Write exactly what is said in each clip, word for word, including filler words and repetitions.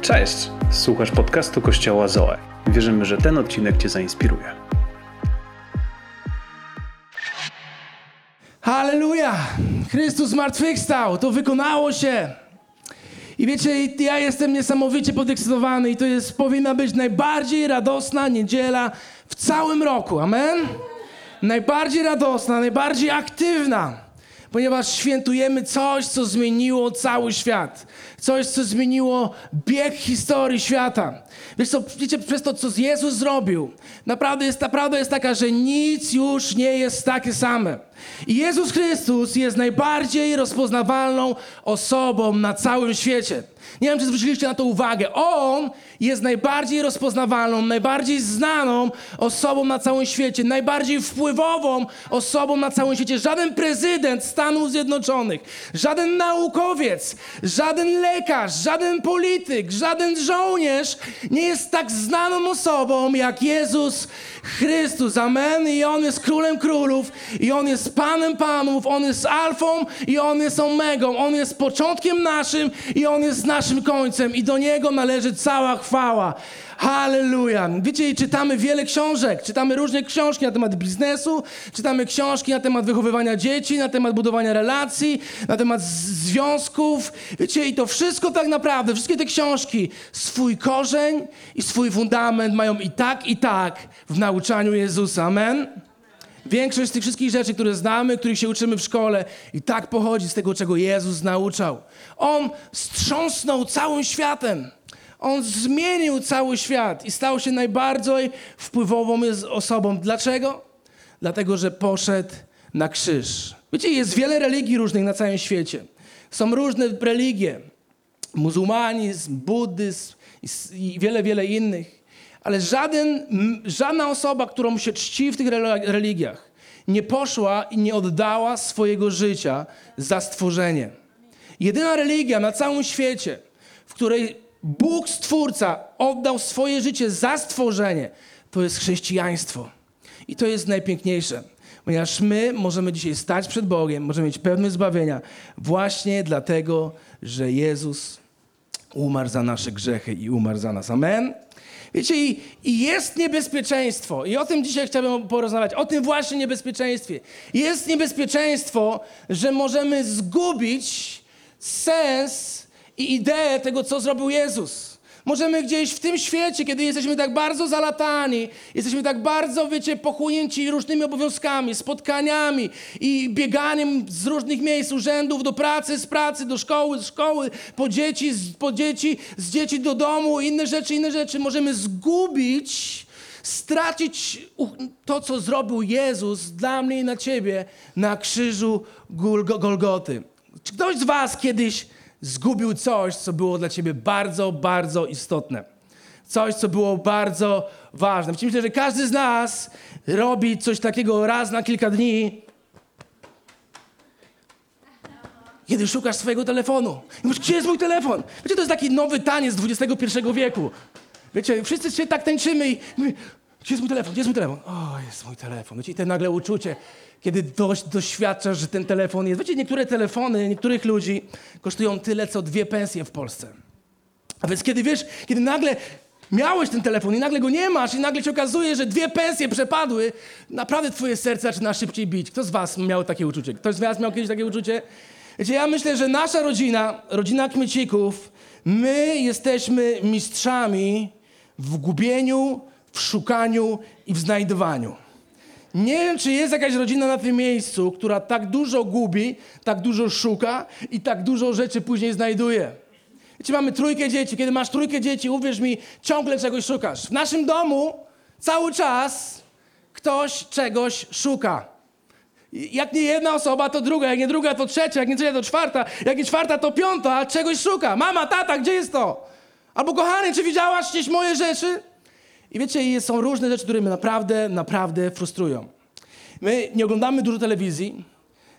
Cześć! Słuchasz podcastu Kościoła Zoe. Wierzymy, że ten odcinek Cię zainspiruje. Halleluja! Chrystus zmartwychwstał! To wykonało się! I wiecie, ja jestem niesamowicie podekscytowany i to jest, powinna być najbardziej radosna niedziela w całym roku. Amen? Najbardziej radosna, najbardziej aktywna, ponieważ świętujemy coś, co zmieniło cały świat. Coś, co zmieniło bieg historii świata. Wiesz co, wiecie, przez to, co Jezus zrobił, naprawdę jest, ta prawda jest taka, że nic już nie jest takie same. I Jezus Chrystus jest najbardziej rozpoznawalną osobą na całym świecie. Nie wiem, czy zwróciliście na to uwagę. On jest najbardziej rozpoznawalną, najbardziej znaną osobą na całym świecie, najbardziej wpływową osobą na całym świecie. Żaden prezydent Stanów Zjednoczonych, żaden naukowiec, żaden lekarz, żaden polityk, żaden żołnierz nie jest tak znaną osobą jak Jezus Chrystus. Amen. I On jest Królem Królów i On jest Panem Panów. On jest Alfą i On jest Omegą. On jest początkiem naszym i On jest naszym końcem. I do Niego należy cała chwała. Halleluja. Wiecie, czytamy wiele książek. Czytamy różne książki na temat biznesu, czytamy książki na temat wychowywania dzieci, na temat budowania relacji, na temat z- związków. Wiecie, i to wszystko tak naprawdę, wszystkie te książki, swój korzeń i swój fundament mają i tak, i tak w nauczaniu Jezusa. Amen? Większość z tych wszystkich rzeczy, które znamy, których się uczymy w szkole, i tak pochodzi z tego, czego Jezus nauczał. On wstrząsnął całym światem. On zmienił cały świat i stał się najbardziej wpływową osobą. Dlaczego? Dlatego, że poszedł na krzyż. Wiecie, jest wiele religii różnych na całym świecie. Są różne religie. Muzułmanizm, buddyzm i wiele, wiele innych. Ale żaden, żadna osoba, którą się czci w tych religiach, nie poszła i nie oddała swojego życia za stworzenie. Jedyna religia na całym świecie, w której Bóg Stwórca oddał swoje życie za stworzenie, to jest chrześcijaństwo. I to jest najpiękniejsze, ponieważ my możemy dzisiaj stać przed Bogiem, możemy mieć pewność zbawienia właśnie dlatego, że Jezus umarł za nasze grzechy i umarł za nas. Amen? Wiecie, i, i jest niebezpieczeństwo. I o tym dzisiaj chciałbym porozmawiać. O tym właśnie niebezpieczeństwie. Jest niebezpieczeństwo, że możemy zgubić sens i ideę tego, co zrobił Jezus. Możemy gdzieś w tym świecie, kiedy jesteśmy tak bardzo zalatani, jesteśmy tak bardzo, wiecie, pochłonięci różnymi obowiązkami, spotkaniami i bieganiem z różnych miejsc, urzędów do pracy, z pracy do szkoły, z szkoły, po dzieci, z, po dzieci, z dzieci do domu, inne rzeczy, inne rzeczy. Możemy zgubić, stracić to, co zrobił Jezus dla mnie i na ciebie na krzyżu Gol- Golgoty. Czy ktoś z was kiedyś zgubił coś, co było dla ciebie bardzo, bardzo istotne? Coś, co było bardzo ważne. Myślę, że każdy z nas robi coś takiego raz na kilka dni, kiedy szukasz swojego telefonu. I mówisz, gdzie jest mój telefon? Wiecie, to jest taki nowy taniec dwudziestego pierwszego wieku. Wiecie, wszyscy się tak tańczymy i mówię, gdzie jest mój telefon? Gdzie jest mój telefon? O, jest mój telefon. Wiecie, i te nagle uczucie, kiedy dość doświadczasz, że ten telefon jest. Wiecie, niektóre telefony niektórych ludzi kosztują tyle, co dwie pensje w Polsce. A więc kiedy wiesz, kiedy nagle miałeś ten telefon i nagle go nie masz i nagle się okazuje, że dwie pensje przepadły, naprawdę twoje serce zaczyna szybciej bić. Kto z was miał takie uczucie? Ktoś z was miał kiedyś takie uczucie? Wiecie, ja myślę, że nasza rodzina, rodzina Kmiecików, my jesteśmy mistrzami w gubieniu, w szukaniu i w znajdowaniu. Nie wiem, czy jest jakaś rodzina na tym miejscu, która tak dużo gubi, tak dużo szuka i tak dużo rzeczy później znajduje. Wiecie, mamy trójkę dzieci. Kiedy masz trójkę dzieci, uwierz mi, ciągle czegoś szukasz. W naszym domu cały czas ktoś czegoś szuka. Jak nie jedna osoba, to druga. Jak nie druga, to trzecia. Jak nie trzecia, to czwarta. Jak nie czwarta, to piąta. Czegoś szuka. Mama, tata, gdzie jest to? Albo kochany, czy widziałaś gdzieś moje rzeczy? I wiecie, są różne rzeczy, które mnie naprawdę, naprawdę frustrują. My nie oglądamy dużo telewizji,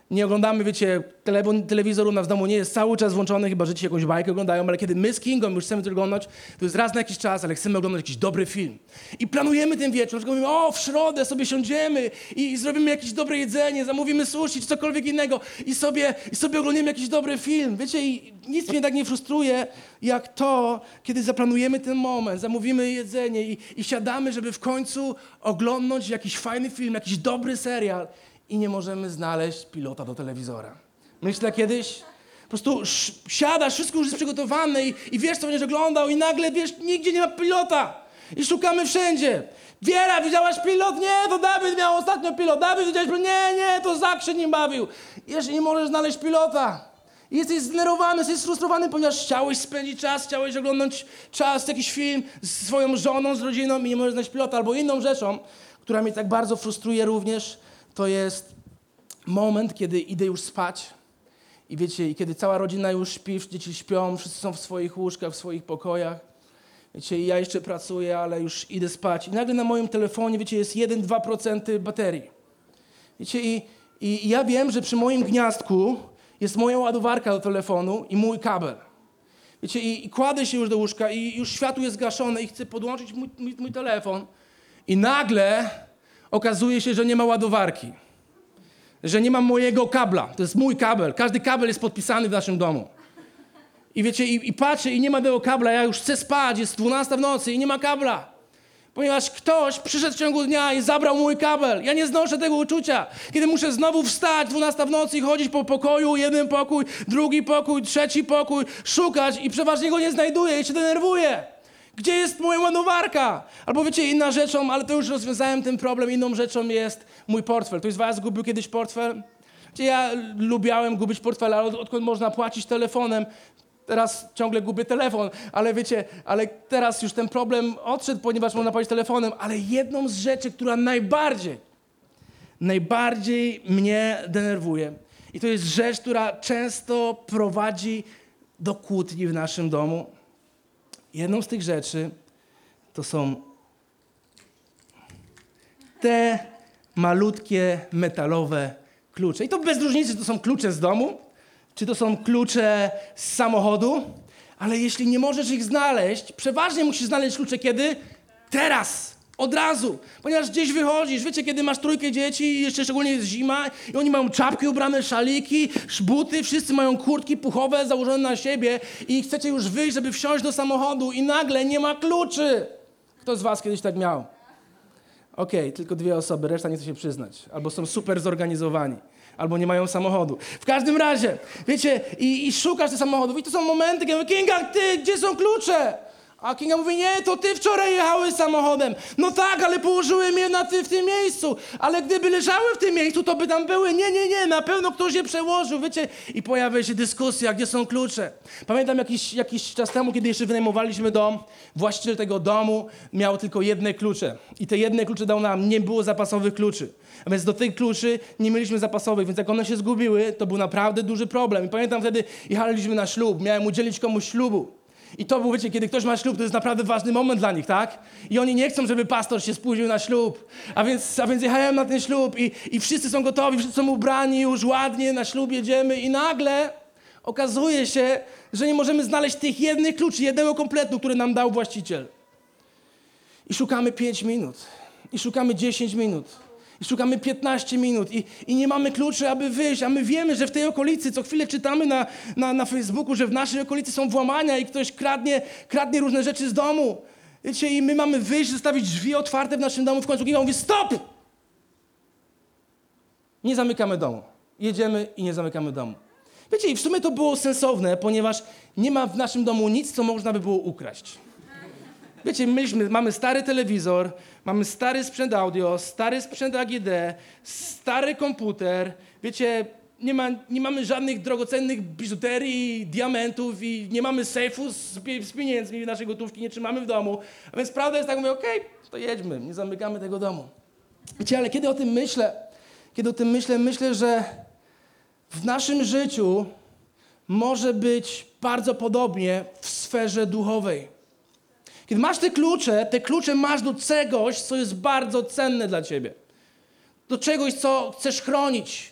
nie oglądamy, wiecie, telefon, telewizor u nas w domu nie jest cały czas włączony, chyba że ci jakąś bajkę oglądają, ale kiedy my z Kingą już chcemy to oglądać, to jest raz na jakiś czas, ale chcemy oglądać jakiś dobry film. I planujemy ten wieczór, że mówimy, o, w środę sobie siądziemy i, i zrobimy jakieś dobre jedzenie, zamówimy sushi czy cokolwiek innego i sobie, i sobie oglądamy jakiś dobry film. Wiecie, i nic mnie tak nie frustruje, jak to, kiedy zaplanujemy ten moment, zamówimy jedzenie i, i siadamy, żeby w końcu oglądać jakiś fajny film, jakiś dobry serial, i nie możemy znaleźć pilota do telewizora. Myślę kiedyś, po prostu sz- siadasz, wszystko już jest przygotowane i, i wiesz, co będziesz oglądał i nagle, wiesz, nigdzie nie ma pilota. I szukamy wszędzie. Wiera, widziałaś pilot? Nie, to Dawid miał ostatnio pilot. Dawid, widziałeś pilot? Nie, nie, to Zak się nim bawił. Jeszcze nie możesz znaleźć pilota. I jesteś zdenerwowany, jesteś sfrustrowany, ponieważ chciałeś spędzić czas, chciałeś oglądać czas, jakiś film z swoją żoną, z rodziną i nie możesz znaleźć pilota. Albo inną rzeczą, która mnie tak bardzo frustruje również, to jest moment, kiedy idę już spać i wiecie, i kiedy cała rodzina już śpi, dzieci śpią, wszyscy są w swoich łóżkach, w swoich pokojach. Wiecie, i ja jeszcze pracuję, ale już idę spać. I nagle na moim telefonie, wiecie, jest jeden do dwóch procent baterii. Wiecie, i, i, i ja wiem, że przy moim gniazdku jest moja ładowarka do telefonu i mój kabel. Wiecie, i, i kładę się już do łóżka i już światło jest gaszone i chcę podłączyć mój, mój, mój telefon i nagle okazuje się, że nie ma ładowarki. Że nie mam mojego kabla. To jest mój kabel. Każdy kabel jest podpisany w naszym domu. I wiecie, i, i patrzę i nie ma tego kabla. Ja już chcę spać, jest dwunasta w nocy i nie ma kabla. Ponieważ ktoś przyszedł w ciągu dnia i zabrał mój kabel. Ja nie znoszę tego uczucia. Kiedy muszę znowu wstać dwunasta w nocy i chodzić po pokoju, jeden pokój, drugi pokój, trzeci pokój, szukać i przeważnie go nie znajduję i się denerwuję. Gdzie jest moja ładowarka? Albo wiecie, inna rzeczą, ale to już rozwiązałem ten problem, inną rzeczą jest mój portfel. Ktoś z was gubił kiedyś portfel? Wiecie, ja lubiałem gubić portfel, ale od, odkąd można płacić telefonem, teraz ciągle gubię telefon, ale wiecie, ale teraz już ten problem odszedł, ponieważ można płacić telefonem, ale jedną z rzeczy, która najbardziej, najbardziej mnie denerwuje i to jest rzecz, która często prowadzi do kłótni w naszym domu. Jedną z tych rzeczy to są te malutkie metalowe klucze. I to bez różnicy, czy to są klucze z domu, czy to są klucze z samochodu, ale jeśli nie możesz ich znaleźć, przeważnie musisz znaleźć klucze kiedy? Teraz, od razu, ponieważ gdzieś wychodzisz. Wiecie, kiedy masz trójkę dzieci i jeszcze szczególnie jest zima i oni mają czapki ubrane, szaliki, buty, wszyscy mają kurtki puchowe założone na siebie i chcecie już wyjść, żeby wsiąść do samochodu i nagle nie ma kluczy. Kto z was kiedyś tak miał? Okej, okay, tylko dwie osoby, reszta nie chce się przyznać. Albo są super zorganizowani, albo nie mają samochodu. W każdym razie, wiecie, i, i szukasz tych samochodów i to są momenty, kiedy mówię, Kinga, ty, gdzie są klucze? A Kinga mówi, nie, to ty wczoraj jechałeś samochodem. No tak, ale położyłem je na ty w tym miejscu. Ale gdyby leżały w tym miejscu, to by tam były. Nie, nie, nie, na pewno ktoś je przełożył, wiecie. I pojawia się dyskusja, gdzie są klucze. Pamiętam jakiś, jakiś czas temu, kiedy jeszcze wynajmowaliśmy dom, właściciel tego domu miał tylko jedne klucze. I te jedne klucze dał nam, nie było zapasowych kluczy. A więc do tych kluczy nie mieliśmy zapasowych, więc jak one się zgubiły, to był naprawdę duży problem. I pamiętam wtedy, jechaliśmy na ślub, miałem udzielić komuś ślubu. I to był, wiecie, kiedy ktoś ma ślub, to jest naprawdę ważny moment dla nich, tak? I oni nie chcą, żeby pastor się spóźnił na ślub. A więc, a więc jechałem na ten ślub i, i wszyscy są gotowi, wszyscy są ubrani już ładnie, na ślub jedziemy i nagle okazuje się, że nie możemy znaleźć tych jednych kluczy, jednego kompletu, który nam dał właściciel. I szukamy pięć minut. I szukamy dziesięć minut. I szukamy piętnaście minut i, i nie mamy kluczy, aby wyjść, a my wiemy, że w tej okolicy, co chwilę czytamy na, na, na Facebooku, że w naszej okolicy są włamania i ktoś kradnie, kradnie różne rzeczy z domu. Wiecie, i my mamy wyjść, zostawić drzwi otwarte w naszym domu, w końcu Kinga mówi, stop! Nie zamykamy domu. Jedziemy i nie zamykamy domu. Wiecie, i w sumie to było sensowne, ponieważ nie ma w naszym domu nic, co można by było ukraść. Wiecie, myśmy, mamy stary telewizor, mamy stary sprzęt audio, stary sprzęt A G D, stary komputer. Wiecie, nie, ma, nie mamy żadnych drogocennych biżuterii, diamentów i nie mamy sejfu z, z pieniędzmi, naszej gotówki nie trzymamy w domu. A więc prawda jest tak, mówię, okej, okay, to jedźmy, nie zamykamy tego domu. Wiecie, ale kiedy o tym myślę, kiedy o tym myślę, myślę, że w naszym życiu może być bardzo podobnie w sferze duchowej. Kiedy masz te klucze, te klucze masz do czegoś, co jest bardzo cenne dla ciebie. Do czegoś, co chcesz chronić.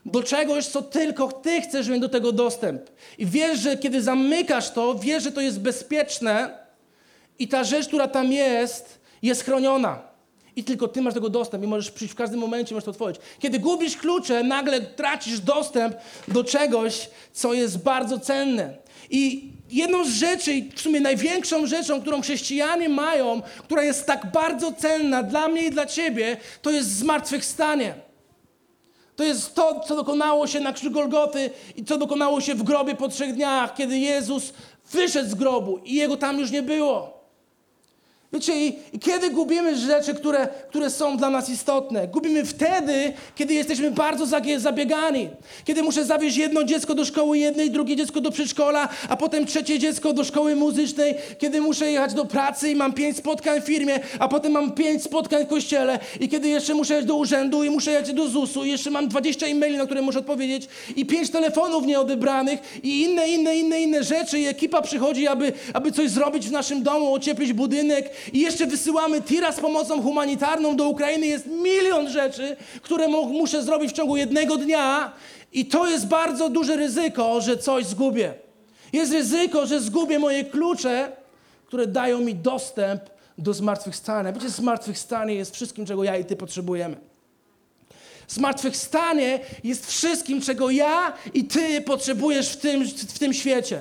do czegoś, co tylko ty chcesz mieć do tego dostęp. I wiesz, że kiedy zamykasz to, wiesz, że to jest bezpieczne i ta rzecz, która tam jest, jest chroniona. I tylko ty masz tego dostęp i możesz przyjść w każdym momencie, możesz to otworzyć. Kiedy gubisz klucze, nagle tracisz dostęp do czegoś, co jest bardzo cenne. I jedną z rzeczy, i w sumie największą rzeczą, którą chrześcijanie mają, która jest tak bardzo cenna dla mnie i dla ciebie, to jest zmartwychwstanie. To jest to, co dokonało się na krzyżu Golgoty i co dokonało się w grobie po trzech dniach, kiedy Jezus wyszedł z grobu i Jego tam już nie było. Wiecie, i, i kiedy gubimy rzeczy, które, które są dla nas istotne? Gubimy wtedy, kiedy jesteśmy bardzo zabiegani. Kiedy muszę zawieźć jedno dziecko do szkoły jednej, drugie dziecko do przedszkola, a potem trzecie dziecko do szkoły muzycznej. Kiedy muszę jechać do pracy i mam pięć spotkań w firmie, a potem mam pięć spotkań w kościele. I kiedy jeszcze muszę jechać do urzędu i muszę jechać do zusu i jeszcze mam dwadzieścia e-maili, na które muszę odpowiedzieć i pięć telefonów nieodebranych i inne, inne, inne, inne rzeczy. I ekipa przychodzi, aby, aby coś zrobić w naszym domu, ocieplić budynek. I jeszcze wysyłamy tira z pomocą humanitarną do Ukrainy. Jest milion rzeczy, które mu- muszę zrobić w ciągu jednego dnia i to jest bardzo duże ryzyko, że coś zgubię. Jest ryzyko, że zgubię moje klucze, które dają mi dostęp do zmartwychwstania. Wiecie, zmartwychwstanie jest wszystkim, czego ja i ty potrzebujemy. Zmartwychwstanie jest wszystkim, czego ja i ty potrzebujesz w tym, w tym świecie.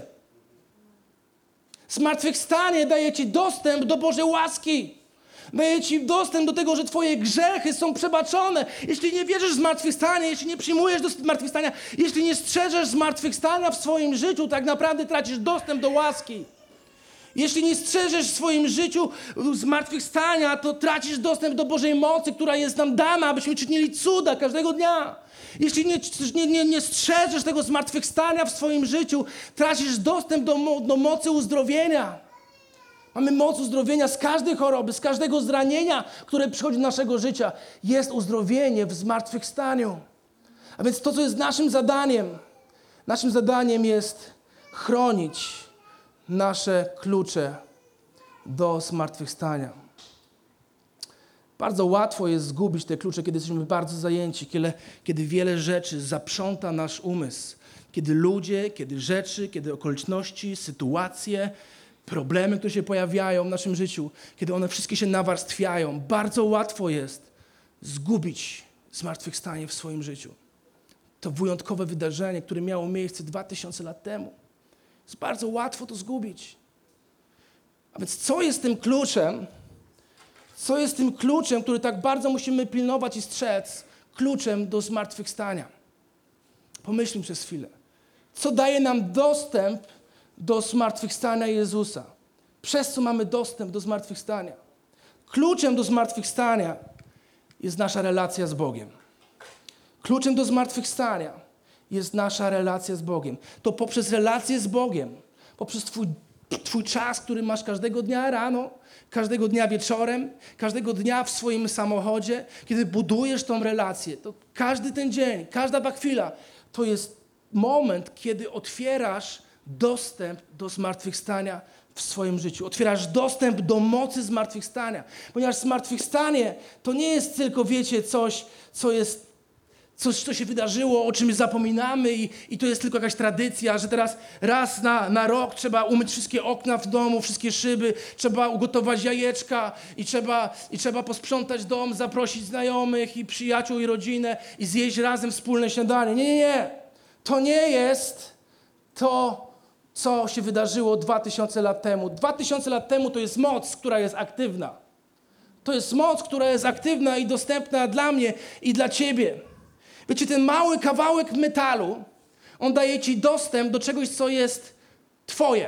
Zmartwychwstanie daje ci dostęp do Bożej łaski. Daje ci dostęp do tego, że twoje grzechy są przebaczone. Jeśli nie wierzysz w zmartwychwstanie, jeśli nie przyjmujesz do zmartwychwstania, jeśli nie strzeżesz zmartwychwstania w swoim życiu, tak naprawdę tracisz dostęp do łaski. Jeśli nie strzeżesz w swoim życiu zmartwychwstania, to tracisz dostęp do Bożej mocy, która jest nam dana, abyśmy czynili cuda każdego dnia. Jeśli nie, nie, nie, nie strzeżesz tego zmartwychwstania w swoim życiu, tracisz dostęp do, do mocy uzdrowienia. Mamy moc uzdrowienia z każdej choroby, z każdego zranienia, które przychodzi do naszego życia. Jest uzdrowienie w zmartwychwstaniu. A więc to, co jest naszym zadaniem, naszym zadaniem jest chronić nasze klucze do zmartwychwstania. Bardzo łatwo jest zgubić te klucze, kiedy jesteśmy bardzo zajęci, kiedy, kiedy wiele rzeczy zaprząta nasz umysł. Kiedy ludzie, kiedy rzeczy, kiedy okoliczności, sytuacje, problemy, które się pojawiają w naszym życiu, kiedy one wszystkie się nawarstwiają, bardzo łatwo jest zgubić zmartwychwstanie w swoim życiu. To wyjątkowe wydarzenie, które miało miejsce dwa tysiące lat temu. Jest bardzo łatwo to zgubić. A więc co jest tym kluczem? Co jest tym kluczem, który tak bardzo musimy pilnować i strzec? Kluczem do zmartwychwstania. Pomyślmy przez chwilę. Co daje nam dostęp do zmartwychwstania Jezusa? Przez co mamy dostęp do zmartwychwstania? Kluczem do zmartwychwstania jest nasza relacja z Bogiem. Kluczem do zmartwychwstania jest nasza relacja z Bogiem. To poprzez relację z Bogiem, poprzez twój, twój czas, który masz każdego dnia rano, każdego dnia wieczorem, każdego dnia w swoim samochodzie, kiedy budujesz tą relację, to każdy ten dzień, każda ta chwila, to jest moment, kiedy otwierasz dostęp do zmartwychwstania w swoim życiu. Otwierasz dostęp do mocy zmartwychwstania, ponieważ zmartwychwstanie to nie jest tylko, wiecie, coś, co jest Coś, co się wydarzyło, o czymś zapominamy i, i to jest tylko jakaś tradycja, że teraz raz na, na rok trzeba umyć wszystkie okna w domu, wszystkie szyby, trzeba ugotować jajeczka i trzeba, i trzeba posprzątać dom, zaprosić znajomych i przyjaciół i rodzinę i zjeść razem wspólne śniadanie. Nie, nie, nie. To nie jest to, co się wydarzyło dwa tysiące lat temu. Dwa tysiące lat temu to jest moc, która jest aktywna. To jest moc, która jest aktywna i dostępna dla mnie i dla ciebie. Wiecie, ten mały kawałek metalu, on daje ci dostęp do czegoś, co jest twoje.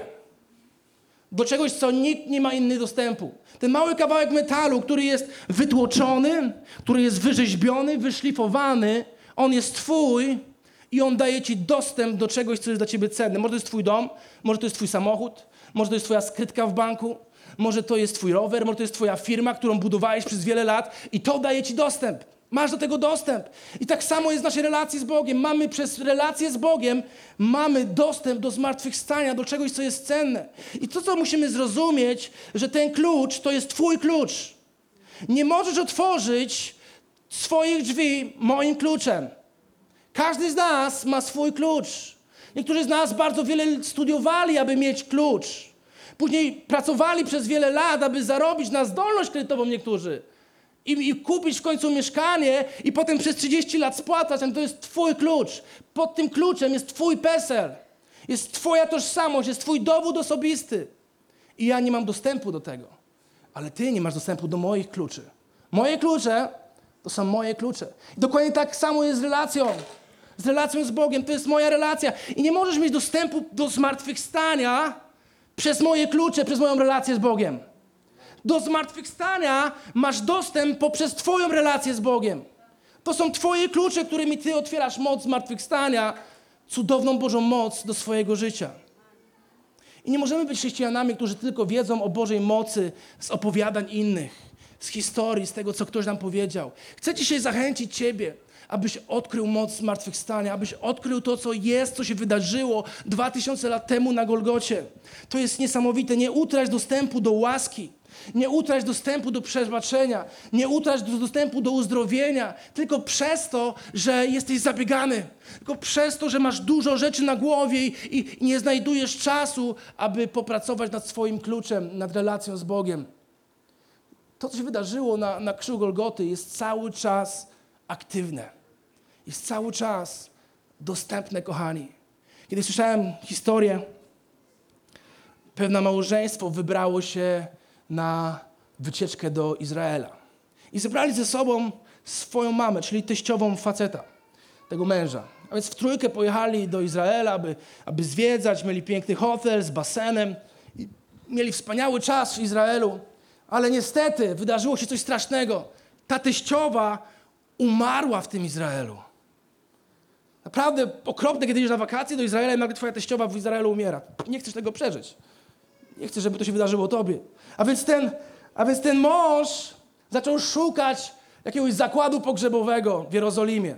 Do czegoś, co nikt nie ma inny dostępu. Ten mały kawałek metalu, który jest wytłoczony, który jest wyrzeźbiony, wyszlifowany, on jest twój i on daje ci dostęp do czegoś, co jest dla ciebie cenne. Może to jest twój dom, może to jest twój samochód, może to jest twoja skrytka w banku, może to jest twój rower, może to jest twoja firma, którą budowałeś przez wiele lat i to daje ci dostęp. Masz do tego dostęp. I tak samo jest w naszej relacji z Bogiem. Mamy przez relację z Bogiem, mamy dostęp do zmartwychwstania, do czegoś, co jest cenne. I to, co musimy zrozumieć, że ten klucz to jest twój klucz. Nie możesz otworzyć swoich drzwi moim kluczem. Każdy z nas ma swój klucz. Niektórzy z nas bardzo wiele studiowali, aby mieć klucz. Później pracowali przez wiele lat, aby zarobić na zdolność kredytową niektórzy. I, I kupić w końcu mieszkanie i potem przez trzydzieści lat spłacać. To jest twój klucz. Pod tym kluczem jest twój PESEL. Jest twoja tożsamość, jest twój dowód osobisty. I ja nie mam dostępu do tego. Ale ty nie masz dostępu do moich kluczy. Moje klucze to są moje klucze. I dokładnie tak samo jest z relacją. Z relacją z Bogiem. To jest moja relacja. I nie możesz mieć dostępu do zmartwychwstania przez moje klucze, przez moją relację z Bogiem. Do zmartwychwstania masz dostęp poprzez twoją relację z Bogiem. To są twoje klucze, którymi ty otwierasz moc zmartwychwstania, cudowną Bożą moc do swojego życia. I nie możemy być chrześcijanami, którzy tylko wiedzą o Bożej mocy z opowiadań innych, z historii, z tego, co ktoś nam powiedział. Chcę dzisiaj zachęcić ciebie, abyś odkrył moc zmartwychwstania, abyś odkrył to, co jest, co się wydarzyło dwa tysiące lat temu na Golgocie. To jest niesamowite. Nie utrać dostępu do łaski. Nie utrać dostępu do przebaczenia. Nie utrać dostępu do uzdrowienia. Tylko przez to, że jesteś zabiegany. Tylko przez to, że masz dużo rzeczy na głowie i, i nie znajdujesz czasu, aby popracować nad swoim kluczem, nad relacją z Bogiem. To, co się wydarzyło na, na krzyżu Golgoty, jest cały czas aktywne. Jest cały czas dostępne, kochani. Kiedy słyszałem historię, pewne małżeństwo wybrało się na wycieczkę do Izraela. I zebrali ze sobą swoją mamę, czyli teściową faceta, tego męża. A więc w trójkę pojechali do Izraela, aby, aby zwiedzać. Mieli piękny hotel z basenem. I mieli wspaniały czas w Izraelu. Ale niestety wydarzyło się coś strasznego. Ta teściowa umarła w tym Izraelu. Naprawdę okropne, kiedy idziesz na wakacje do Izraela i nagle twoja teściowa w Izraelu umiera. Nie chcesz tego przeżyć. Nie chcesz, żeby to się wydarzyło tobie. A więc ten, a więc ten mąż zaczął szukać jakiegoś zakładu pogrzebowego w Jerozolimie.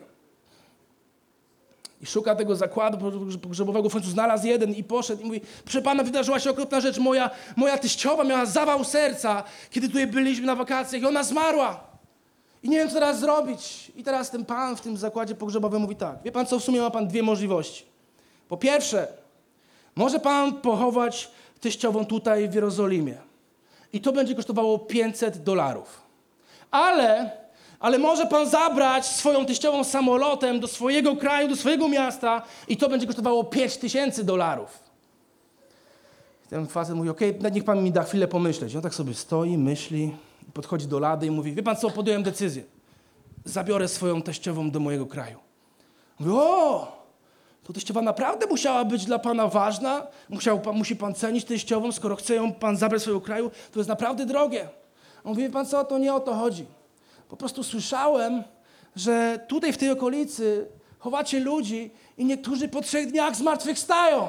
I szuka tego zakładu pogrzebowego, w końcu znalazł jeden i poszedł i mówi: proszę pana, wydarzyła się okropna rzecz. Moja, moja teściowa miała zawał serca, kiedy tutaj byliśmy na wakacjach i ona zmarła. I nie wiem, co teraz zrobić. I teraz ten pan w tym zakładzie pogrzebowym mówi tak: wie pan co, w sumie ma pan dwie możliwości. Po pierwsze, może pan pochować teściową tutaj w Jerozolimie. I to będzie kosztowało pięćset dolarów. Ale, ale może pan zabrać swoją teściową samolotem do swojego kraju, do swojego miasta i to będzie kosztowało pięć tysięcy dolarów. Ten facet mówi: okej, okay, niech pan mi da chwilę pomyśleć. On tak sobie stoi, myśli, podchodzi do lady i mówi: wie pan co, podjąłem decyzję. Zabiorę swoją teściową do mojego kraju. Mówi: o, to teściowa naprawdę musiała być dla pana ważna? Musiał pan, musi pan cenić teściową, skoro chce ją pan zabrać z swojego kraju? To jest naprawdę drogie. On mówi: wie pan co, to nie o to chodzi. Po prostu słyszałem, że tutaj w tej okolicy chowacie ludzi i niektórzy po trzech dniach zmartwychwstają.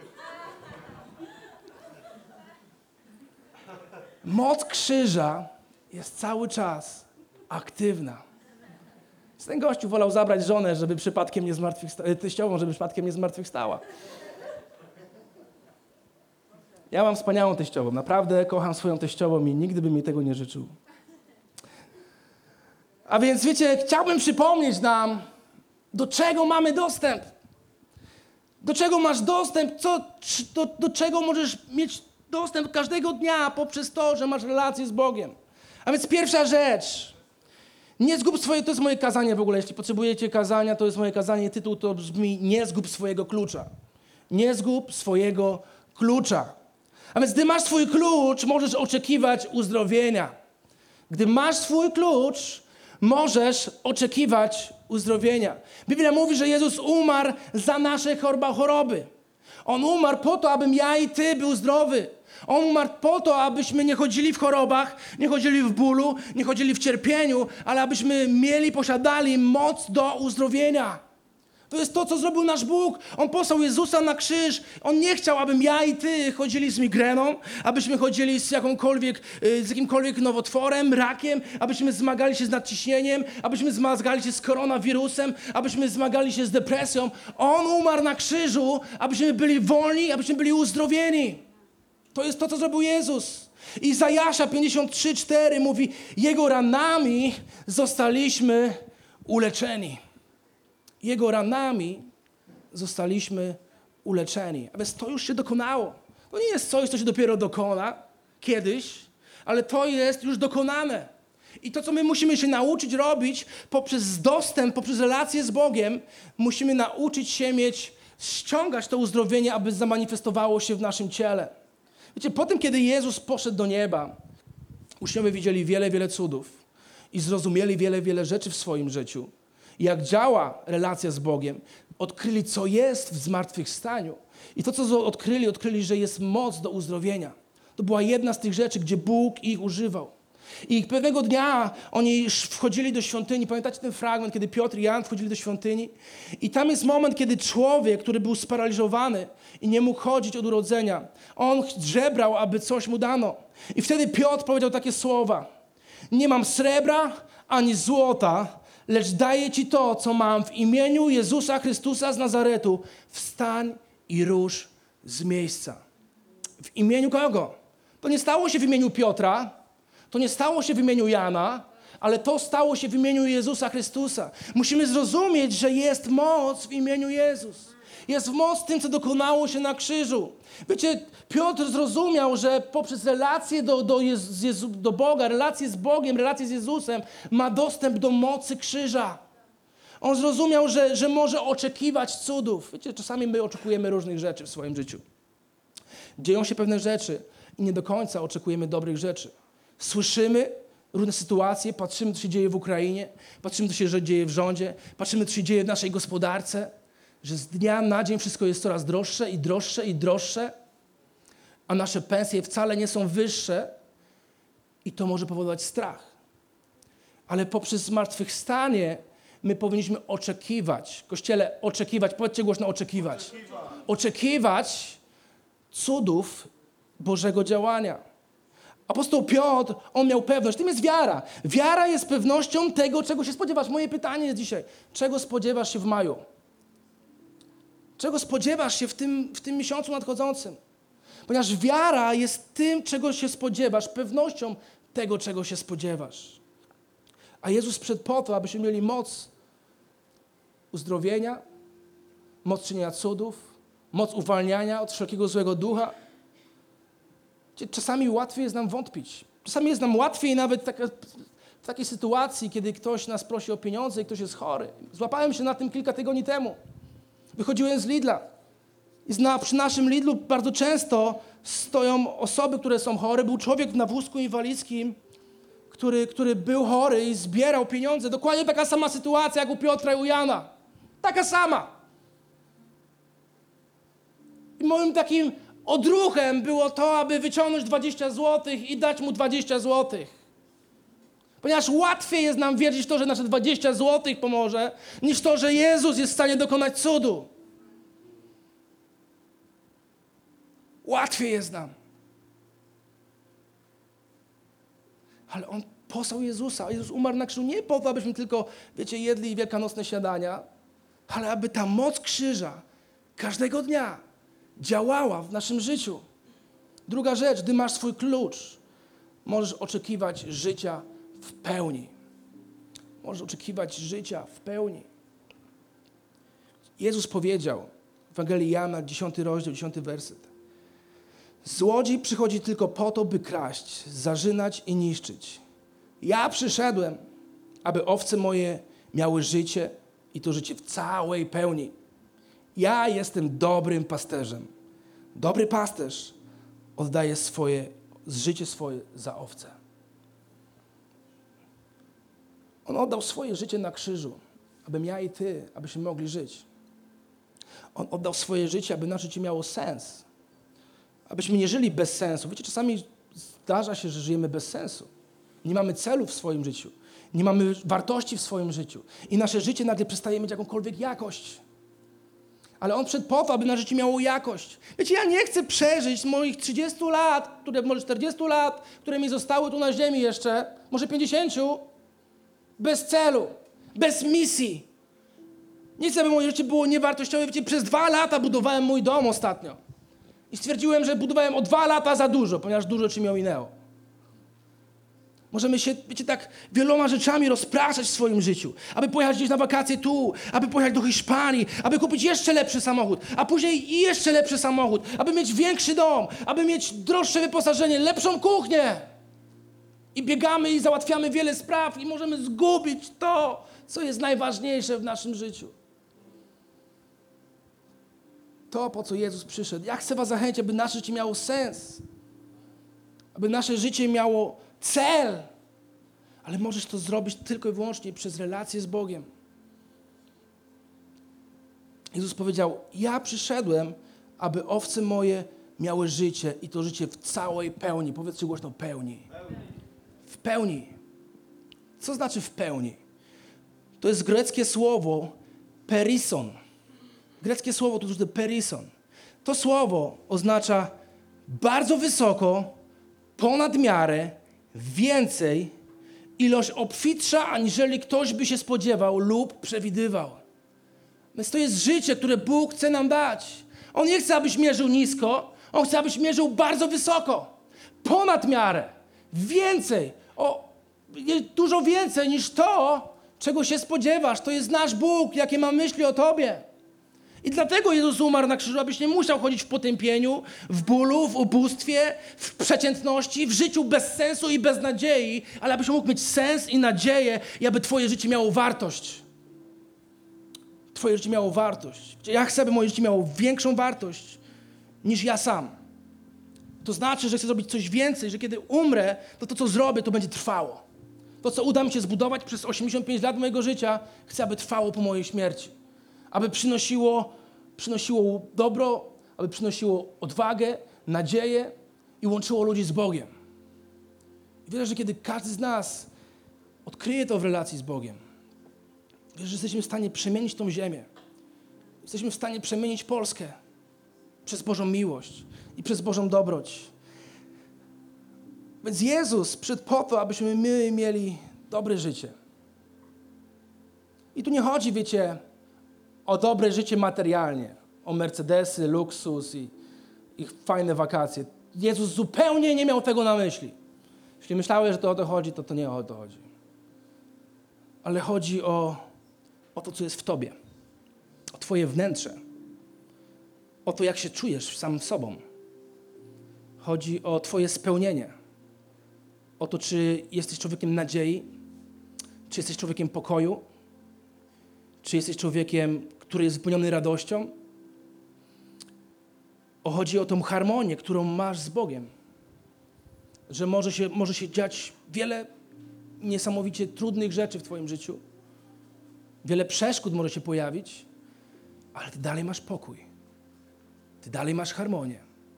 Moc krzyża jest cały czas aktywna. Ten gościu wolał zabrać żonę, żeby przypadkiem nie zmartwychwstała, teściową, żeby przypadkiem nie zmartwychwstała. Ja mam wspaniałą teściową. Naprawdę kocham swoją teściową i nigdy bym jej tego nie życzył. A więc wiecie, chciałbym przypomnieć nam, do czego mamy dostęp. Do czego masz dostęp, co, do, do czego możesz mieć dostęp każdego dnia poprzez to, że masz relację z Bogiem. A więc pierwsza rzecz. Nie zgub swoje, to jest moje kazanie w ogóle. Jeśli potrzebujecie kazania, to jest moje kazanie. Tytuł to brzmi: nie zgub swojego klucza. Nie zgub swojego klucza. A więc gdy masz swój klucz, możesz oczekiwać uzdrowienia. Gdy masz swój klucz, możesz oczekiwać uzdrowienia. Biblia mówi, że Jezus umarł za nasze choroby. On umarł po to, abym ja i ty był zdrowy. On umarł po to, abyśmy nie chodzili w chorobach, nie chodzili w bólu, nie chodzili w cierpieniu, ale abyśmy mieli, posiadali moc do uzdrowienia. To jest to, co zrobił nasz Bóg. On posłał Jezusa na krzyż. On nie chciał, abym ja i ty chodzili z migreną, abyśmy chodzili z jakąkolwiek, z jakimkolwiek nowotworem, rakiem, abyśmy zmagali się z nadciśnieniem, abyśmy zmagali się z koronawirusem, abyśmy zmagali się z depresją. On umarł na krzyżu, abyśmy byli wolni, abyśmy byli uzdrowieni. To jest to, co zrobił Jezus. Izajasza pięćdziesiąt trzy, cztery mówi: jego ranami zostaliśmy uleczeni. Jego ranami zostaliśmy uleczeni. A więc to już się dokonało. To nie jest coś, co się dopiero dokona kiedyś, ale to jest już dokonane. I to, co my musimy się nauczyć robić poprzez dostęp, poprzez relację z Bogiem, musimy nauczyć się mieć, ściągać to uzdrowienie, aby zamanifestowało się w naszym ciele. Wiecie, po tym, kiedy Jezus poszedł do nieba, uczniowie widzieli wiele, wiele cudów i zrozumieli wiele, wiele rzeczy w swoim życiu. Jak działa relacja z Bogiem, odkryli, co jest w zmartwychwstaniu. I to, co odkryli, odkryli, że jest moc do uzdrowienia. To była jedna z tych rzeczy, gdzie Bóg ich używał. I pewnego dnia oni wchodzili do świątyni. Pamiętacie ten fragment, kiedy Piotr i Jan wchodzili do świątyni? I tam jest moment, kiedy człowiek, który był sparaliżowany i nie mógł chodzić od urodzenia, on żebrał, aby coś mu dano. I wtedy Piotr powiedział takie słowa: nie mam srebra ani złota, lecz daję ci to, co mam, w imieniu Jezusa Chrystusa z Nazaretu. Wstań i rusz z miejsca. W imieniu kogo? To nie stało się w imieniu Piotra, to nie stało się w imieniu Jana, ale to stało się w imieniu Jezusa Chrystusa. Musimy zrozumieć, że jest moc w imieniu Jezus. Jest moc w tym, co dokonało się na krzyżu. Wiecie, Piotr zrozumiał, że poprzez relację do, do, Jezu, do Boga, relację z Bogiem, relację z Jezusem, ma dostęp do mocy krzyża. On zrozumiał, że, że może oczekiwać cudów. Wiecie, czasami my oczekujemy różnych rzeczy w swoim życiu. Dzieją się pewne rzeczy i nie do końca oczekujemy dobrych rzeczy. Słyszymy różne sytuacje, patrzymy, co się dzieje w Ukrainie, patrzymy, co się dzieje w rządzie, patrzymy, co się dzieje w naszej gospodarce, że z dnia na dzień wszystko jest coraz droższe i droższe i droższe, a nasze pensje wcale nie są wyższe i to może powodować strach. Ale poprzez zmartwychwstanie my powinniśmy oczekiwać, Kościele, oczekiwać, powiedzcie głośno, oczekiwać. Oczekiwać cudów Bożego działania. Apostoł Piotr, on miał pewność, tym jest wiara. Wiara jest pewnością tego, czego się spodziewasz. Moje pytanie jest dzisiaj, czego spodziewasz się w maju? Czego spodziewasz się w tym, w tym miesiącu nadchodzącym? Ponieważ wiara jest tym, czego się spodziewasz, pewnością tego, czego się spodziewasz. A Jezus przyszedł po to, abyśmy mieli moc uzdrowienia, moc czynienia cudów, moc uwalniania od wszelkiego złego ducha. Czasami łatwiej jest nam wątpić. Czasami jest nam łatwiej nawet taka, w takiej sytuacji, kiedy ktoś nas prosi o pieniądze i ktoś jest chory. Złapałem się na tym kilka tygodni temu. Wychodziłem z Lidla. I na, przy naszym Lidlu bardzo często stoją osoby, które są chore. Był człowiek na wózku inwalidzkim, który, który był chory i zbierał pieniądze. Dokładnie taka sama sytuacja jak u Piotra i u Jana. Taka sama. I moim takim odruchem było to, aby wyciągnąć dwadzieścia złotych i dać mu dwadzieścia złotych. Ponieważ łatwiej jest nam wierzyć w to, że nasze dwadzieścia złotych pomoże, niż to, że Jezus jest w stanie dokonać cudu. Łatwiej jest nam. Ale On posłał Jezusa. Jezus umarł na krzyżu nie po to, abyśmy tylko, wiecie, jedli wielkanocne śniadania, ale aby ta moc krzyża każdego dnia działała w naszym życiu. Druga rzecz, gdy masz swój klucz, możesz oczekiwać życia w pełni. Możesz oczekiwać życia w pełni. Jezus powiedział w Ewangelii Jana, dziesiąty rozdział, dziesiąty werset. Złodziej przychodzi tylko po to, by kraść, zarzynać i niszczyć. Ja przyszedłem, aby owce moje miały życie i to życie w całej pełni. Ja jestem dobrym pasterzem. Dobry pasterz oddaje swoje, życie swoje za owce. On oddał swoje życie na krzyżu, abym ja i ty, abyśmy mogli żyć. On oddał swoje życie, aby nasze życie miało sens. Abyśmy nie żyli bez sensu. Wiecie, czasami zdarza się, że żyjemy bez sensu. Nie mamy celu w swoim życiu. Nie mamy wartości w swoim życiu. I nasze życie nagle przestaje mieć jakąkolwiek jakość. Ale On przyszedł po to, aby nasze życie miało jakość. Wiecie, ja nie chcę przeżyć moich trzydziestu lat, które, może czterdziestu lat, które mi zostały tu na ziemi jeszcze, może pięćdziesięciu, bez celu, bez misji. Nie chcę, aby moje życie było niewartościowe. Wiecie, przez dwa lata budowałem mój dom ostatnio. I stwierdziłem, że budowałem o dwa lata za dużo, ponieważ dużo ci mi ominęło. Możemy się, wiecie, tak wieloma rzeczami rozpraszać w swoim życiu. Aby pojechać gdzieś na wakacje tu, aby pojechać do Hiszpanii, aby kupić jeszcze lepszy samochód, a później i jeszcze lepszy samochód, aby mieć większy dom, aby mieć droższe wyposażenie, lepszą kuchnię. I biegamy i załatwiamy wiele spraw i możemy zgubić to, co jest najważniejsze w naszym życiu. To, po co Jezus przyszedł. Ja chcę was zachęcić, aby nasze życie miało sens. Aby nasze życie miało cel. Ale możesz to zrobić tylko i wyłącznie przez relację z Bogiem. Jezus powiedział, ja przyszedłem, aby owce moje miały życie i to życie w całej pełni. Powiedzcie głośno pełni. W pełni. Co znaczy w pełni? To jest greckie słowo perison. Greckie słowo to jest perison. To słowo oznacza bardzo wysoko, ponad miarę, więcej, ilość obfitsza, aniżeli ktoś by się spodziewał lub przewidywał. Więc to jest życie, które Bóg chce nam dać. On nie chce, abyś mierzył nisko, On chce, abyś mierzył bardzo wysoko, ponad miarę, więcej, o, dużo więcej niż to, czego się spodziewasz. To jest nasz Bóg, jakie ma myśli o tobie. I dlatego Jezus umarł na krzyżu, abyś nie musiał chodzić w potępieniu, w bólu, w ubóstwie, w przeciętności, w życiu bez sensu i bez nadziei, ale abyś mógł mieć sens i nadzieję i aby twoje życie miało wartość. Twoje życie miało wartość. Ja chcę, aby moje życie miało większą wartość niż ja sam. To znaczy, że chcę zrobić coś więcej, że kiedy umrę, to to, co zrobię, to będzie trwało. To, co uda mi się zbudować przez osiemdziesiąt pięć lat mojego życia, chcę, aby trwało po mojej śmierci. Aby przynosiło, przynosiło dobro, aby przynosiło odwagę, nadzieję i łączyło ludzi z Bogiem. I wierzę, że kiedy każdy z nas odkryje to w relacji z Bogiem, wierzę, że jesteśmy w stanie przemienić tą ziemię. Jesteśmy w stanie przemienić Polskę przez Bożą miłość i przez Bożą dobroć. Więc Jezus przyszedł po to, abyśmy my mieli dobre życie. I tu nie chodzi, wiecie, o dobre życie materialnie, o Mercedesy, luksus i, i fajne wakacje. Jezus zupełnie nie miał tego na myśli. Jeśli myślałeś, że to o to chodzi, to to nie o to chodzi. Ale chodzi o, o to, co jest w tobie. O twoje wnętrze. O to, jak się czujesz sam sobą. Chodzi o twoje spełnienie. O to, czy jesteś człowiekiem nadziei, czy jesteś człowiekiem pokoju, czy jesteś człowiekiem, który jest wypełniony radością. O, chodzi o tą harmonię, którą masz z Bogiem. Że może się, może się dziać wiele niesamowicie trudnych rzeczy w twoim życiu. Wiele przeszkód może się pojawić, ale ty dalej masz pokój. Ty dalej masz harmonię.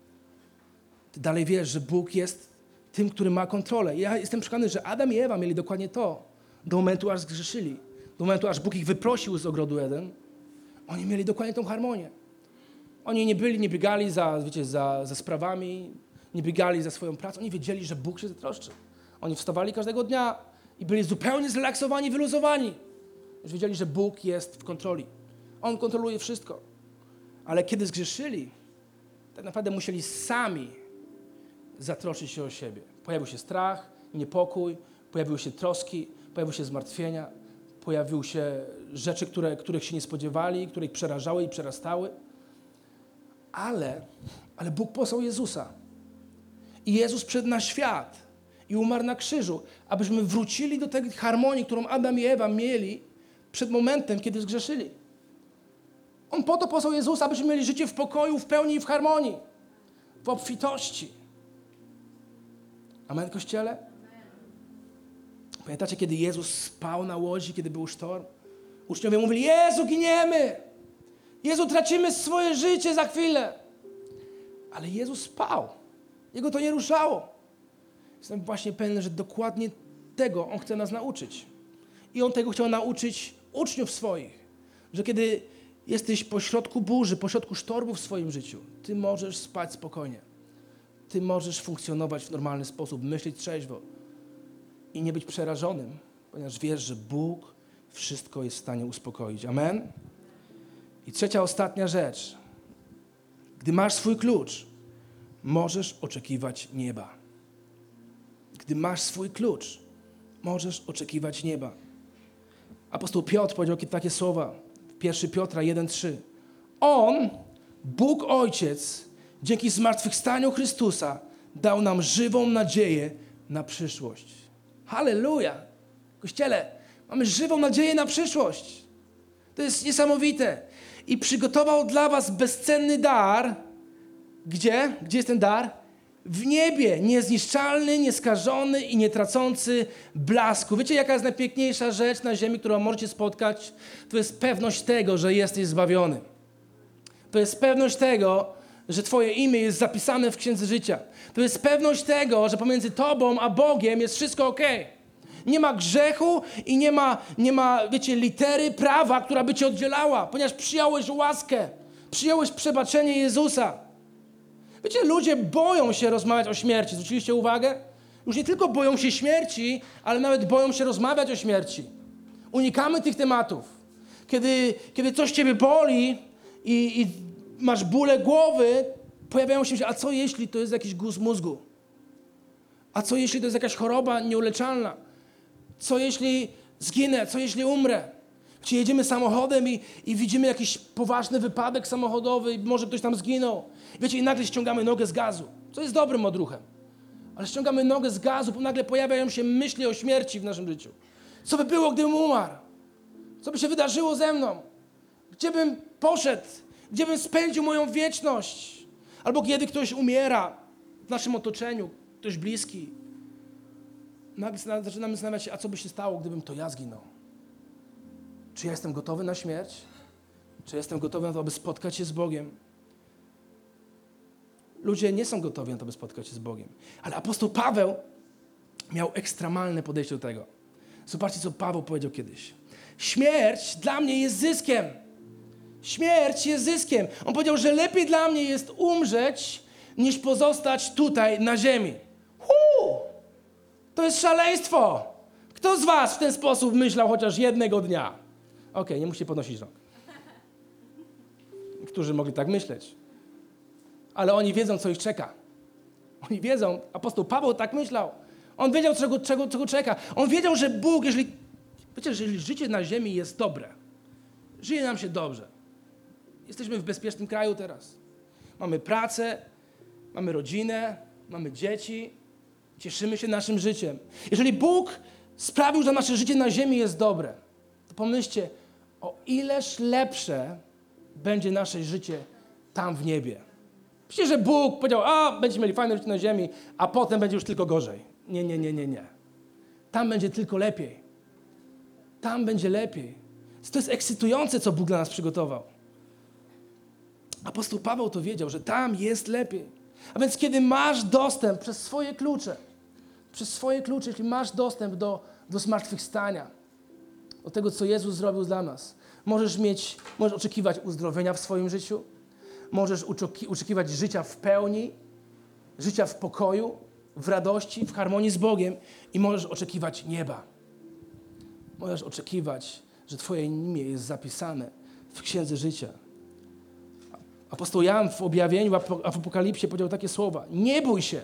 Ty dalej wiesz, że Bóg jest tym, który ma kontrolę. Ja jestem przekonany, że Adam i Ewa mieli dokładnie to. Do momentu, aż zgrzeszyli. Do momentu, aż Bóg ich wyprosił z ogrodu Eden. Oni mieli dokładnie tą harmonię. Oni nie byli, nie biegali za, wiecie, za, za sprawami, nie biegali za swoją pracą. Oni wiedzieli, że Bóg się zatroszczy. Oni wstawali każdego dnia i byli zupełnie zrelaksowani, wyluzowani. Już wiedzieli, że Bóg jest w kontroli. On kontroluje wszystko. Ale kiedy zgrzeszyli, tak naprawdę musieli sami zatroszczyć się o siebie. Pojawił się strach, niepokój, pojawiły się troski, pojawiły się zmartwienia, pojawiły się rzeczy, które, których się nie spodziewali, które ich przerażały i przerastały. Ale, ale Bóg posłał Jezusa. I Jezus przyszedł na świat i umarł na krzyżu, abyśmy wrócili do tej harmonii, którą Adam i Ewa mieli przed momentem, kiedy zgrzeszyli. On po to posłał Jezusa, abyśmy mieli życie w pokoju, w pełni i w harmonii, w obfitości. Amen, Kościele? Pamiętacie, kiedy Jezus spał na łodzi, kiedy był sztorm? Uczniowie mówili, Jezu, giniemy! Jezu, tracimy swoje życie za chwilę. Ale Jezus spał. Jego to nie ruszało. Jestem właśnie pewien, że dokładnie tego On chce nas nauczyć. I On tego chciał nauczyć uczniów swoich. Że kiedy jesteś pośrodku burzy, pośrodku sztormu w swoim życiu, ty możesz spać spokojnie. Ty możesz funkcjonować w normalny sposób, myśleć trzeźwo i nie być przerażonym, ponieważ wiesz, że Bóg wszystko jest w stanie uspokoić. Amen? I trzecia, ostatnia rzecz. Gdy masz swój klucz, możesz oczekiwać nieba. Gdy masz swój klucz, możesz oczekiwać nieba. Apostoł Piotr powiedział takie słowa w pierwszym Piotra jeden trzy. On, Bóg Ojciec, dzięki zmartwychwstaniu Chrystusa dał nam żywą nadzieję na przyszłość. Halleluja! Kościele, mamy żywą nadzieję na przyszłość. To jest niesamowite. I przygotował dla was bezcenny dar. Gdzie? Gdzie jest ten dar? W niebie, niezniszczalny, nieskażony i nietracący blasku. Wiecie, jaka jest najpiękniejsza rzecz na ziemi, którą możecie spotkać? To jest pewność tego, że jesteś zbawiony. To jest pewność tego, że twoje imię jest zapisane w Księdze Życia. To jest pewność tego, że pomiędzy tobą a Bogiem jest wszystko okej. Nie ma grzechu i nie ma, nie ma, wiecie, litery prawa, która by cię oddzielała, ponieważ przyjąłeś łaskę, przyjąłeś przebaczenie Jezusa. Wiecie, ludzie boją się rozmawiać o śmierci. Zwróciliście uwagę? Już nie tylko boją się śmierci, ale nawet boją się rozmawiać o śmierci. Unikamy tych tematów. Kiedy, kiedy coś ciebie boli i, i masz bóle głowy, pojawiają się myśli, a co jeśli to jest jakiś guz mózgu? A co jeśli to jest jakaś choroba nieuleczalna? Co jeśli zginę? Co jeśli umrę? Czy jedziemy samochodem i, i widzimy jakiś poważny wypadek samochodowy i może ktoś tam zginął. Wiecie, i nagle ściągamy nogę z gazu, co jest dobrym odruchem. Ale ściągamy nogę z gazu, bo nagle pojawiają się myśli o śmierci w naszym życiu. Co by było, gdybym umarł? Co by się wydarzyło ze mną? Gdzie bym poszedł? Gdzie bym spędził moją wieczność? Albo kiedy ktoś umiera w naszym otoczeniu, ktoś bliski. Nagle zaczynamy zastanawiać się, a co by się stało, gdybym to ja zginął? Czy ja jestem gotowy na śmierć? Czy jestem gotowy na to, aby spotkać się z Bogiem? Ludzie nie są gotowi na to, by spotkać się z Bogiem. Ale apostoł Paweł miał ekstremalne podejście do tego. Zobaczcie, co Paweł powiedział kiedyś. Śmierć dla mnie jest zyskiem. Śmierć jest zyskiem. On powiedział, że lepiej dla mnie jest umrzeć, niż pozostać tutaj na ziemi. Huu! To jest szaleństwo. Kto z was w ten sposób myślał chociaż jednego dnia? Okej, okay, nie musicie podnosić rąk. Którzy mogli tak myśleć. Ale oni wiedzą, co ich czeka. Oni wiedzą, apostoł Paweł tak myślał. On wiedział, czego, czego, czego czeka. On wiedział, że Bóg, jeżeli, wiecie, że jeżeli życie na ziemi jest dobre, żyje nam się dobrze. Jesteśmy w bezpiecznym kraju teraz. Mamy pracę, mamy rodzinę, mamy dzieci, cieszymy się naszym życiem. Jeżeli Bóg sprawił, że nasze życie na ziemi jest dobre, to pomyślcie, o ileż lepsze będzie nasze życie tam w niebie. Przecież, że Bóg powiedział, a będziecie mieli fajne życie na ziemi, a potem będzie już tylko gorzej. Nie, nie, nie, nie, nie. Tam będzie tylko lepiej. Tam będzie lepiej. To jest ekscytujące, co Bóg dla nas przygotował. Apostoł Paweł to wiedział, że tam jest lepiej. A więc kiedy masz dostęp przez swoje klucze, przez swoje klucze, jeśli masz dostęp do, do zmartwychwstania, do tego, co Jezus zrobił dla nas, możesz mieć, możesz oczekiwać uzdrowienia w swoim życiu, możesz uczoki, oczekiwać życia w pełni, życia w pokoju, w radości, w harmonii z Bogiem i możesz oczekiwać nieba. Możesz oczekiwać, że twoje imię jest zapisane w Księdze Życia. Apostoł Jan w objawieniu, w Apokalipsie powiedział takie słowa. Nie bój się.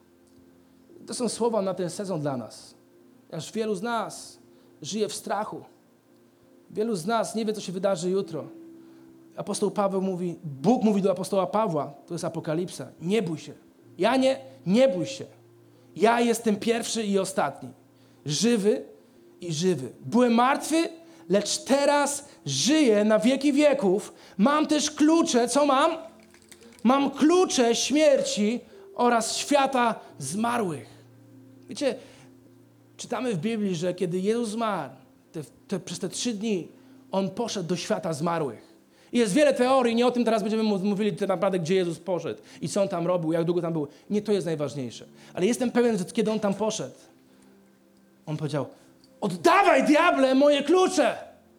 To są słowa na ten sezon dla nas. Aż wielu z nas żyje w strachu. Wielu z nas nie wie, co się wydarzy jutro. Apostoł Paweł mówi, Bóg mówi do apostoła Pawła, to jest Apokalipsa, nie bój się. Janie, nie bój się. Ja jestem pierwszy i ostatni. Żywy i żywy. Byłem martwy, lecz teraz żyję na wieki wieków. Mam też klucze, co mam? Mam klucze śmierci oraz świata zmarłych. Wiecie, czytamy w Biblii, że kiedy Jezus zmarł, te, te, przez te trzy dni, On poszedł do świata zmarłych. I jest wiele teorii, nie o tym teraz będziemy mówili tak naprawdę, gdzie Jezus poszedł i co On tam robił, jak długo tam był. Nie to jest najważniejsze. Ale jestem pewien, że kiedy On tam poszedł, On powiedział, oddawaj, diable, moje klucze!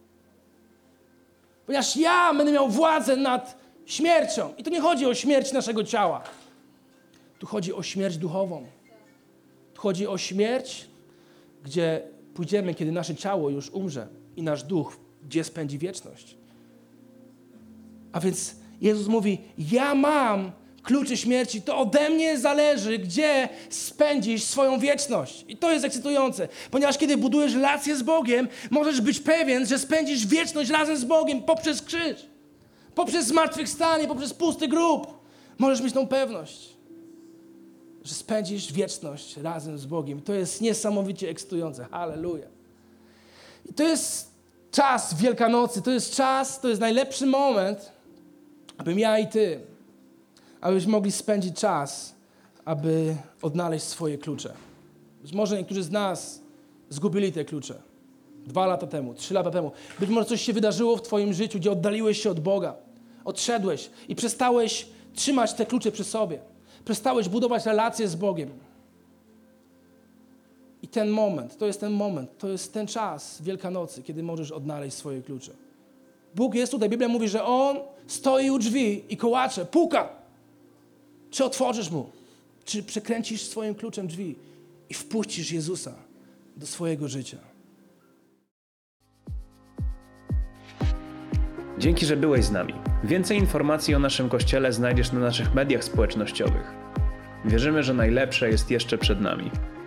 Ponieważ ja będę miał władzę nad śmiercią. I to nie chodzi o śmierć naszego ciała. Tu chodzi o śmierć duchową. Tu chodzi o śmierć, gdzie pójdziemy, kiedy nasze ciało już umrze i nasz duch, gdzie spędzi wieczność. A więc Jezus mówi, ja mam kluczy śmierci, to ode mnie zależy, gdzie spędzisz swoją wieczność. I to jest ekscytujące, ponieważ kiedy budujesz relację z Bogiem, możesz być pewien, że spędzisz wieczność razem z Bogiem poprzez krzyż, poprzez zmartwychwstanie, poprzez pusty grób. Możesz mieć tą pewność, że spędzisz wieczność razem z Bogiem. To jest niesamowicie ekscytujące. Halleluja. I to jest czas Wielkanocy, to jest czas, to jest najlepszy moment, abym ja i ty, abyśmy mogli spędzić czas, aby odnaleźć swoje klucze. Być może niektórzy z nas zgubili te klucze. Dwa lata temu, trzy lata temu. Być może coś się wydarzyło w twoim życiu, gdzie oddaliłeś się od Boga. Odszedłeś i przestałeś trzymać te klucze przy sobie. Przestałeś budować relacje z Bogiem. I ten moment, to jest ten moment, to jest ten czas Wielkanocy, kiedy możesz odnaleźć swoje klucze. Bóg jest tutaj, Biblia mówi, że On stoi u drzwi i kołacze, puka. Czy otworzysz Mu? Czy przekręcisz swoim kluczem drzwi i wpuścisz Jezusa do swojego życia? Dzięki, że byłeś z nami. Więcej informacji o naszym Kościele znajdziesz na naszych mediach społecznościowych. Wierzymy, że najlepsze jest jeszcze przed nami.